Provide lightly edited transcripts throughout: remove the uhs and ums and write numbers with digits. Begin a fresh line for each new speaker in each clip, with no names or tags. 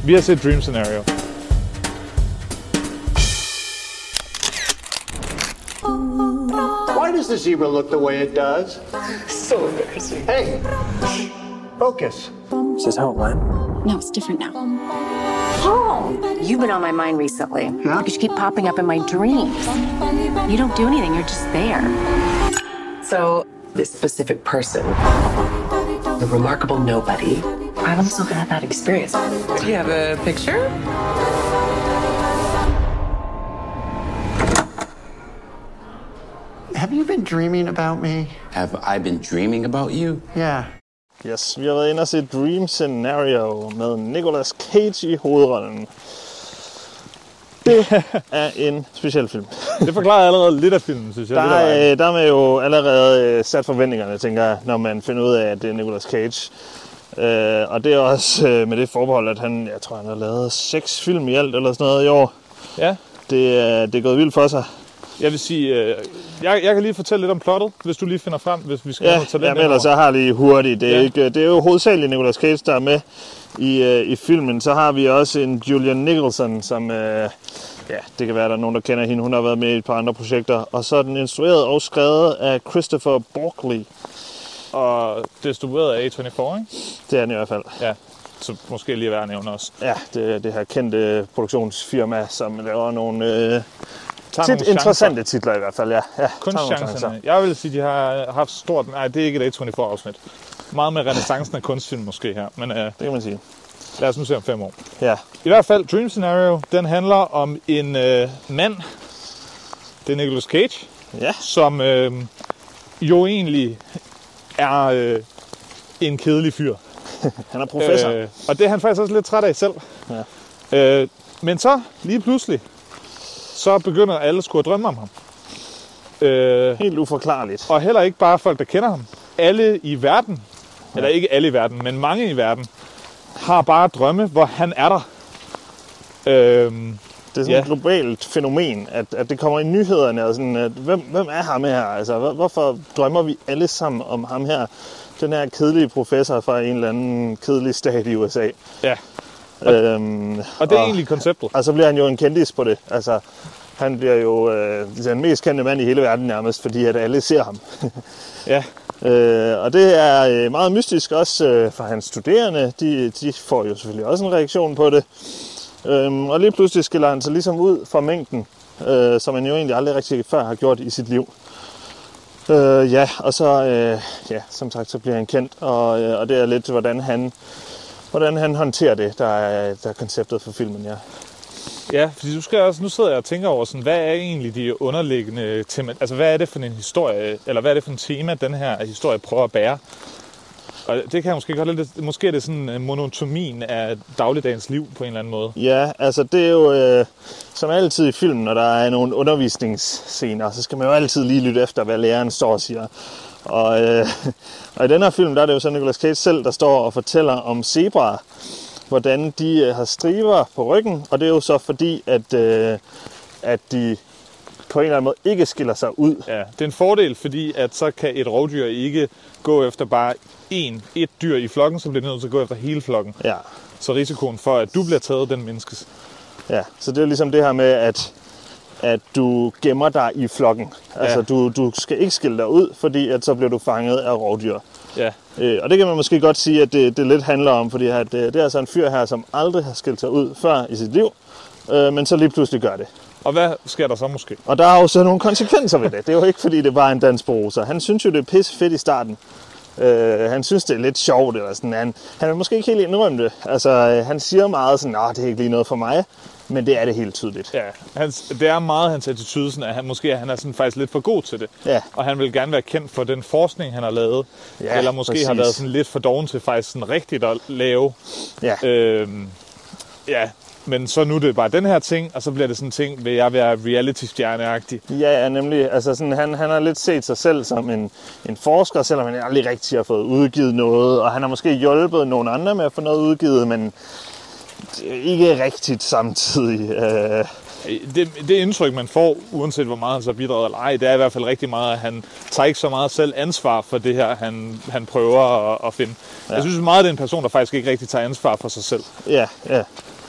Vi har set Dream Scenario.
Why does the zebra look the way it does?
So embarrassing.
Hey, focus.
Is this how it went?
No, it's different now.
Paul, you've been on my mind recently.
Yeah?
Because you keep popping up in my dreams. You don't do anything, you're just there.
So, this specific person, the remarkable nobody, I've also had that experience. Do you have a picture?
Have you been dreaming about me?
Have I been dreaming about you?
Yeah.
Yes, vi har været inde og se Dream Scenario med Nicolas Cage i hovedrollen. Det er en speciel film.
Det forklarer allerede lidt af filmen, synes jeg.
Der er man jo allerede sat forventningerne, tænker jeg, når man finder ud af, at det er Nicolas Cage. Og det er også med det forbehold, at jeg tror, han har lavet 6 film i alt eller sådan noget i år.
Ja.
Det er gået vildt for sig.
Jeg vil sige, jeg kan lige fortælle lidt om plottet, hvis du lige finder frem, hvis vi skal have talent.
Ja, men ellers så har lige hurtigt. Det er jo hovedsageligt Nicolas Cage, der er med i filmen. Så har vi også en Julian Nicholson, som, det kan være, der er nogen, der kender hende. Hun har været med i et par andre projekter. Og så er den instrueret og skrevet af Christopher Borgley.
Og distribueret af A24, ikke?
Det er den i hvert fald.
Ja, så måske lige værd at nævne også.
Ja, det her kendte produktionsfirma, som laver nogle interessante titler i hvert fald, ja.
Kun chancerne. Jeg vil sige, de har haft stort... Nej, det er ikke et A24-afsnit. Meget med renaissancen af kunstfilm måske her, men
det kan man sige.
Lad os nu se om 5 år.
Ja.
I hvert fald, Dream Scenario, den handler om en mand, det er Nicolas Cage, som jo egentlig er en kedelig fyr.
Han er professor.
Og det er han faktisk også lidt træt af selv. Ja. Men så, lige pludselig, så begynder alle sgu at drømme om ham.
Helt uforklarligt.
Og heller ikke bare folk, der kender ham. Alle i verden, eller ikke alle i verden, men mange i verden, har bare drømme, hvor han er der.
Det er sådan et globalt fænomen, at det kommer i nyhederne, og sådan, at hvem er ham her? Altså, hvorfor drømmer vi alle sammen om ham her? Den her kedelige professor fra en eller anden kedelig stat i USA.
Ja. Og det er egentlig konceptet. Og
så bliver han jo en kendis på det. Altså, han bliver jo den mest kendte mand i hele verden nærmest, fordi at alle ser ham.
Ja.
Og det er meget mystisk også for hans studerende. De får jo selvfølgelig også en reaktion på det. Og lige pludselig skiller han sig ligesom ud fra mængden, som han jo egentlig aldrig rigtig før har gjort i sit liv. Og så, som sagt, så bliver han kendt, og det er lidt, hvordan han håndterer det, der er konceptet for filmen, ja.
Ja, fordi nu sidder jeg og tænker over, sådan, hvad er egentlig de underliggende tema, altså hvad er det for en historie, eller hvad er det for en tema, den her historie prøver at bære? Og det kan jeg måske godt lidt, måske er det sådan monotonien af dagligdagens liv på en eller anden måde. Ja,
altså det er jo som altid i filmen, når der er nogle undervisningsscener, så skal man jo altid lige lytte efter, hvad læreren står og siger. Og i den her film, der er det jo så Nicolas Cage selv, der står og fortæller om zebraer, hvordan de har striber på ryggen, og det er jo så fordi, at de på en eller anden måde ikke skiller sig ud.
Ja, det er en fordel, fordi at så kan et rovdyr ikke gå efter bare et dyr i flokken, så bliver det nødt til at gå efter hele flokken.
Ja.
Så risikoen for, at du bliver taget, den mindskes.
Ja, så det er ligesom det her med, at du gemmer dig i flokken. Ja. Altså, du skal ikke skille dig ud, fordi at så bliver du fanget af rovdyr.
Ja.
Og det kan man måske godt sige, at det lidt handler om, fordi at det er altså en fyr her, som aldrig har skilt sig ud før i sit liv, men så lige pludselig gør det.
Og hvad sker der så måske?
Og der er jo så nogle konsekvenser ved det. Det er jo ikke, fordi det bare er en dans på roser. Han synes jo, det er pisse fedt i starten. Han synes, det er lidt sjovt, eller sådan. Han vil måske ikke helt indrømme det. Altså, han siger meget sådan, det er ikke lige noget for mig. Men det er det helt tydeligt.
Ja, det er meget hans attitude, sådan, at han er sådan faktisk lidt for god til det.
Ja.
Og han vil gerne være kendt for den forskning, han har lavet.
Ja,
eller måske
præcis.
har været sådan lidt for doven til faktisk sådan rigtigt at lave.
Ja.
Men så nu er det bare den her ting, og så bliver det sådan en ting, vil jeg være reality-stjerneagtig.
Ja, nemlig. Altså sådan, han har lidt set sig selv som en forsker, selvom han aldrig rigtig har fået udgivet noget. Og han har måske hjulpet nogle andre med at få noget udgivet, men ikke rigtigt samtidig.
Det indtryk, man får, uanset hvor meget han så bidrager eller ej, det er i hvert fald rigtig meget, at han tager ikke så meget selv ansvar for det her, han prøver at finde. Ja. Jeg synes meget, det er en person, der faktisk ikke rigtig tager ansvar for sig selv.
Ja.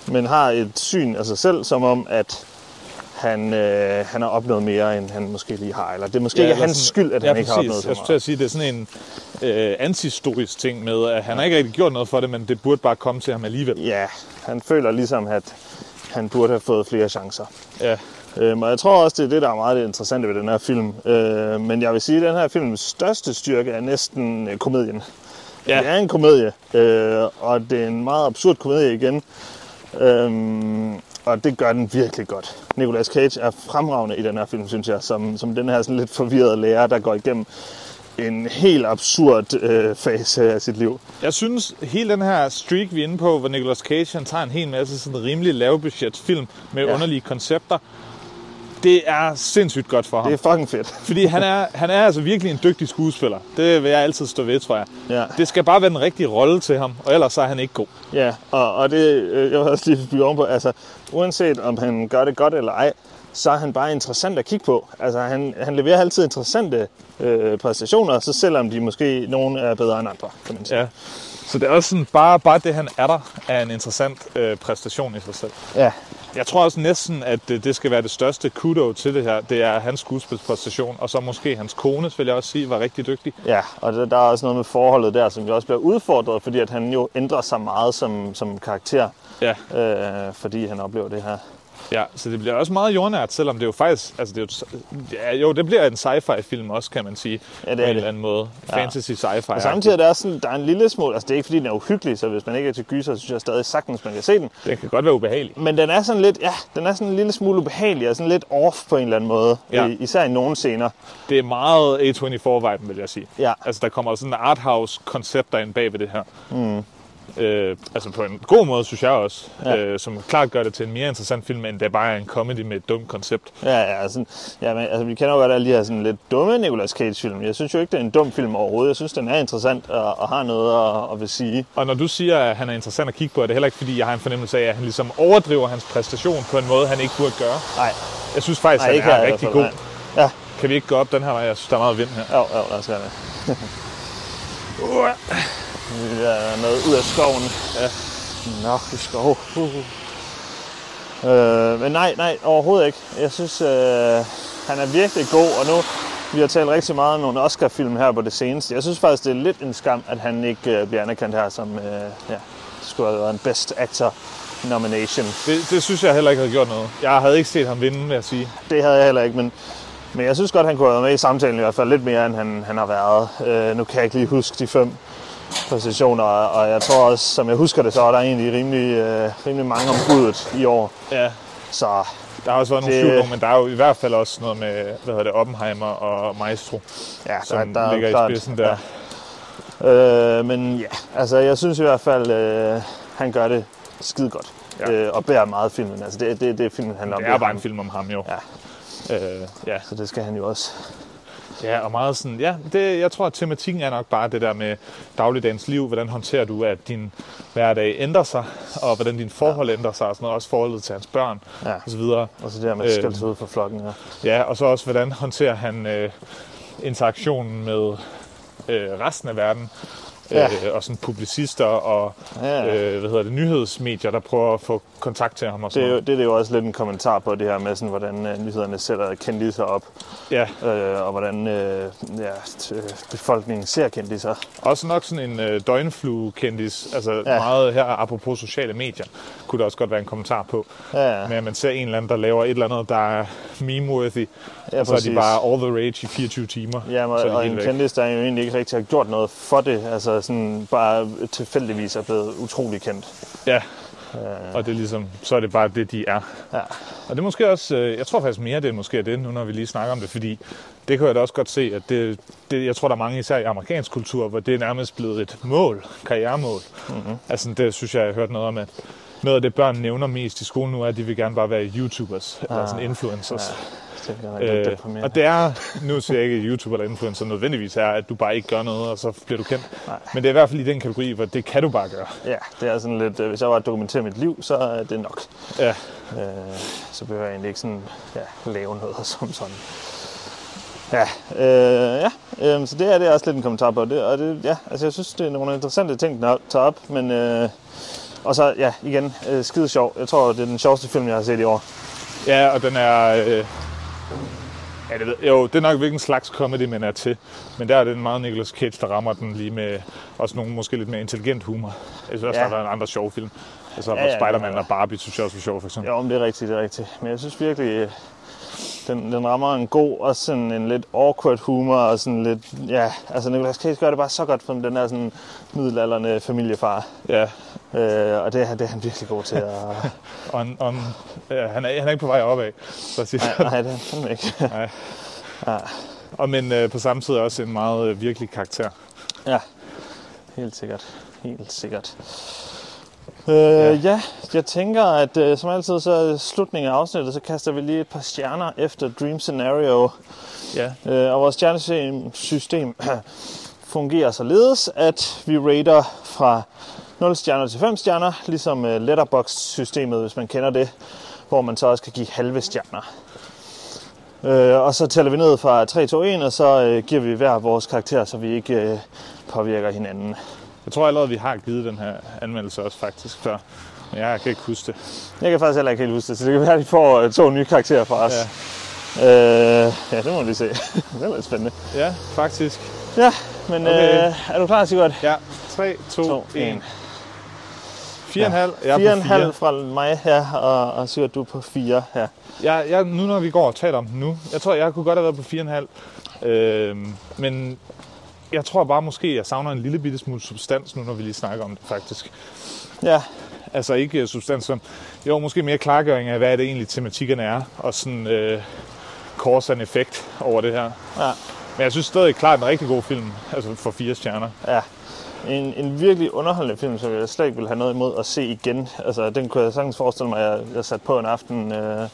men har et syn af sig selv, som om, at han har opnået mere, end han måske lige har. Eller det er måske ikke hans skyld, at han ikke har opnået så meget.
Jeg skulle til at sige, det er sådan en antihistorisk ting med, at han har ikke rigtig gjort noget for det, men det burde bare komme til ham alligevel.
Ja, han føler ligesom, at han burde have fået flere chancer.
Ja.
Og jeg tror også, det er det, der er meget interessant ved den her film. Men jeg vil sige, at den her films største styrke er næsten komedien. Ja. Det er en komedie, og det er en meget absurd komedie igen. Og det gør den virkelig godt. Nicolas Cage er fremragende i den her film, synes jeg, som den her sådan lidt forvirrede lærer, der går igennem en helt absurd fase af sit liv.
Jeg synes, hele den her streak, vi er inde på, hvor Nicolas Cage han tager en hel masse sådan rimelig lavbudgetsfilm med underlige koncepter, det er sindssygt godt for ham.
Det er fucking fedt.
Fordi han er altså virkelig en dygtig skuespiller. Det vil jeg altid stå ved, tror jeg.
Ja.
Det skal bare være den rigtige rolle til ham, og ellers så er han ikke god.
Ja, og det, jeg vil også lige bygge ovenpå, altså uanset om han gør det godt eller ej, så er han bare interessant at kigge på. Altså han leverer altid interessante præstationer, så selvom de måske nogen er bedre end andre, kan man sige.
Ja. Så det er også sådan, bare det han er der, er en interessant præstation i sig selv.
Ja.
Jeg tror også næsten, at det skal være det største kudo til det her. Det er hans skuespilspræstation, og så måske hans kone, vil jeg også sige, var rigtig dygtig.
Ja, og der er også noget med forholdet der, som jo også bliver udfordret, fordi at han jo ændrer sig meget som karakter,
Ja.
fordi han oplever det her.
Ja, så det bliver også meget jordnært, selvom det jo faktisk, altså det er jo, det bliver en sci-fi film også, kan man sige,
ja, det
på
er
en eller anden måde. Fantasy sci-fi.
Og samtidig der er en lille smule, altså det er ikke fordi den er uhyggelig, så hvis man ikke er til gyser, så synes jeg stadig sagtens, man kan se den.
Den kan godt være ubehagelig.
Men den er sådan lidt, den er sådan en lille smule ubehagelig, og sådan lidt off på en eller anden måde, især i nogle scener.
Det er meget A24-viben, vil jeg sige.
Ja.
Altså der kommer sådan en arthouse-koncept derinde bag ved det her. Altså på en god måde, synes jeg også, som klart gør det til en mere interessant film, end det bare er en comedy med et dumt koncept.
Men vi kender jo godt alle de her sådan lidt dumme Nicolas Cage-film. Jeg synes jo ikke, det er en dum film overhovedet. Jeg synes, den er interessant og har noget at vil sige.
Og når du siger, at han er interessant at kigge på, er det heller ikke, fordi jeg har en fornemmelse af, at han ligesom overdriver hans præstation på en måde, han ikke burde gøre.
Nej.
Jeg synes faktisk, at han er rigtig god.
Ja.
Kan vi ikke gå op den her vej? Jeg synes, der er meget vind her.
Jo, lad os gøre det. Der er noget ud af skoven.
Ja.
Nå, i skov. Men nej, overhovedet ikke. Jeg synes, han er virkelig god, og nu vi har talt rigtig meget om nogle Oscar-film her på det seneste. Jeg synes faktisk, det er lidt en skam, at han ikke bliver anerkendt her som skulle have været en Best Actor nomination.
Det synes jeg heller ikke havde gjort noget. Jeg havde ikke set ham vinde, vil jeg sige.
Det havde jeg heller ikke, men jeg synes godt, han kunne have været med i samtalen i hvert fald lidt mere, end han har været. Nu kan jeg ikke lige huske de 5 positioner, og jeg tror også, som jeg husker det, så er der egentlig rimelig mange om budet i år.
Ja.
Så
der har også været nogle tvivl, men der er jo i hvert fald også noget med, Oppenheimer og Maestro, som
der
ligger i spidsen der.
Men ja, altså jeg synes i hvert fald, han gør det skide godt. Og bærer meget filmen. Altså det filmen handler om.
Det er bare en film om ham jo.
Ja. Så det skal han jo også.
Ja, og meget sådan, jeg tror, at tematikken er nok bare det der med dagligdagens liv. Hvordan håndterer du, at din hverdag ændrer sig, og hvordan din forhold ændrer sig, og sådan noget, også forholdet til hans børn, og så videre.
Og så det der med at skælde sig ud for flokken.
Ja, og så også, hvordan håndterer han interaktionen med resten af verden. Og sådan publicister og nyhedsmedier, der prøver at få kontakt til ham. Og sådan
det er jo også lidt en kommentar på det her med, sådan, hvordan nyhederne sætter kendisser op, og hvordan befolkningen ser kendisser.
Også nok sådan en døgnflue-kendis, altså meget her, apropos sociale medier, kunne der også godt være en kommentar på. Ja. Men at man ser en eller anden, der laver et eller andet, der er meme-worthy, og så er de bare all the rage i 24 timer.
Ja, og en kendis, der jo egentlig ikke rigtig har gjort noget for det, altså sådan bare tilfældigvis er blevet utrolig kendt. Ja,
og det er ligesom, så er det bare det, de er. Ja. Og det er måske også, jeg tror faktisk mere, det er måske det, nu når vi lige snakker om det, fordi det kan jeg da også godt se, at det jeg tror, der er mange især i amerikansk kultur, hvor det er nærmest blevet et mål, karrieremål. Mm-hmm. Altså det synes jeg har hørt noget om, at noget af det børn nævner mest i skolen nu er, at de vil gerne bare være YouTubers, eller sådan influencers. Ja. Og det er, nu siger jeg ikke, at YouTuber eller influencer nødvendigvis er, at du bare ikke gør noget, og så bliver du kendt. Nej. Men det er i hvert fald i den kategori, hvor det kan du bare gøre. Ja, det er sådan lidt, hvis jeg var at dokumentere mit liv, så er det nok. Ja. Så behøver jeg egentlig ikke sådan, lave noget som sådan. Så det er også lidt en kommentar på det. Og det, altså jeg synes, det er nogle interessante ting, der tager op, men
Og så, ja, igen, skide sjov. Jeg tror, det er den sjoveste film, jeg har set i år.
Ja, og den er... ja, det ved, jo, det er nok hvilken slags comedy, man er til. Men der er det en meget Nicolas Cage, der rammer den lige med også nogle måske lidt mere intelligent humor. Jeg synes også, der har været en andre sjove film. Altså, hvor Spider-Man og Barbie synes jeg også var sjov, for eksempel.
Jo, men det er rigtigt. Men jeg synes virkelig, den rammer en god, også sådan en lidt awkward humor, og sådan lidt, ja, altså Nicolas Cage gør det bare så godt, for den der sådan middelaldrende familiefar.
Ja.
Og det er han virkelig god til at...
han er ikke på vej opad, så at sige.
Nej, det er han ikke.
Nej. Ja. Og men på samme tid også en meget virkelig karakter.
Ja, helt sikkert. Ja, jeg tænker, at som altid, så slutningen af afsnittet, så kaster vi lige et par stjerner efter Dream Scenario.
Ja.
Og vores stjernesystem fungerer således, at vi rater fra 0 stjerner til 5 stjerner, ligesom Letterboxd-systemet, hvis man kender det, hvor man så også kan give halve stjerner. Og så tæller vi ned fra 3, 2, 1, og så giver vi hver vores karakter, så vi ikke påvirker hinanden.
Jeg tror allerede, vi har givet den her anmeldelse også faktisk før. Men jeg kan ikke huske det.
Jeg kan faktisk heller ikke helt huske det, så det kan være, at de får 2 nye karakterer fra os.
Ja,
ja det må vi se. Det er lidt spændende.
Ja, faktisk.
Ja, men okay. Er du klar, Sigurd?
Ja, 3, 2, 1. 4,5.
Ja. 4,5 fra mig her, og Sigurd, du er på 4 her.
Ja, nu når vi går og taler om den nu, jeg tror, jeg kunne godt have været på 4,5. Men jeg tror bare måske, jeg savner en lille bitte smule substans nu, når vi lige snakker om det faktisk.
Ja.
Altså ikke substans som... Jo, måske mere klargøring af, hvad det egentlig tematikkerne er, og sådan cause and effekt over det her.
Ja.
Men jeg synes stadig klart en rigtig god film, altså for 4 stjerner.
Ja. En virkelig underholdende film, som jeg slet ikke ville have noget imod at se igen. Altså, den kunne jeg sagtens forestille mig, at jeg satte på en aften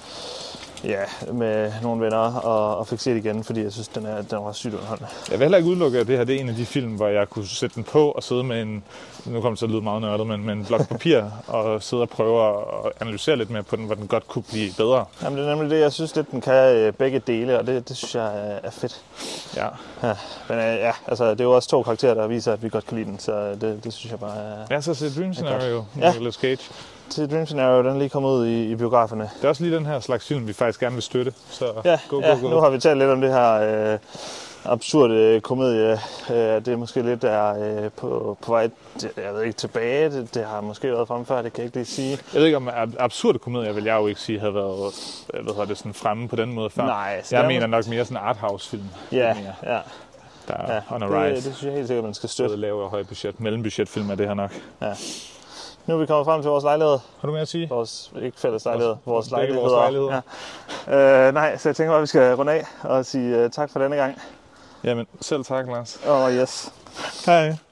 med nogle venner og fik set igen, fordi jeg synes, den var sygt underholdende. Jeg
vil heller ikke udelukke, at det her det er en af de film, hvor jeg kunne sætte den på og sidde med en, nu kommer det til at lyde meget nørdet, men med en blok papir og sidde og prøve at analysere lidt mere på den, hvor den godt kunne blive bedre.
Jamen, det er nemlig det, jeg synes lidt, den kan begge dele, og det synes jeg er fedt.
Ja.
Men altså, det er jo også 2 karakterer, der viser, at vi godt kan lide den, så det synes jeg bare er...
Ja, så se Dream Scenario med Nicolas Cage.
Til Dream Scenario, den er lige kommet ud i biograferne.
Det er også lige den her slags film, vi faktisk gerne vil støtte. Så go.
Nu har vi talt lidt om det her absurde komedie. Det er måske lidt på vej, jeg ved ikke, tilbage. Det har måske været fremme før, det kan jeg ikke lige sige.
Jeg ved ikke, om absurde komedier, vil jeg jo ikke sige, havde været sådan fremme på den måde før.
Nej.
Jeg mener nok mere sådan en arthouse-film.
Ja.
Der er on a rise.
Det synes jeg helt sikkert, man skal støtte.
Både lave og høj budget. Mellembudgetfilm er det her nok.
Ja. Nu er vi kommet frem til vores lejlighed.
Har du mere at sige?
Vores, ikke fælles lejlighed, vores lejlighed.
Ja.
Nej, så jeg tænker bare, at vi skal runde af og sige tak for denne gang.
Jamen, selv tak, Lars.
Yes.
Hej.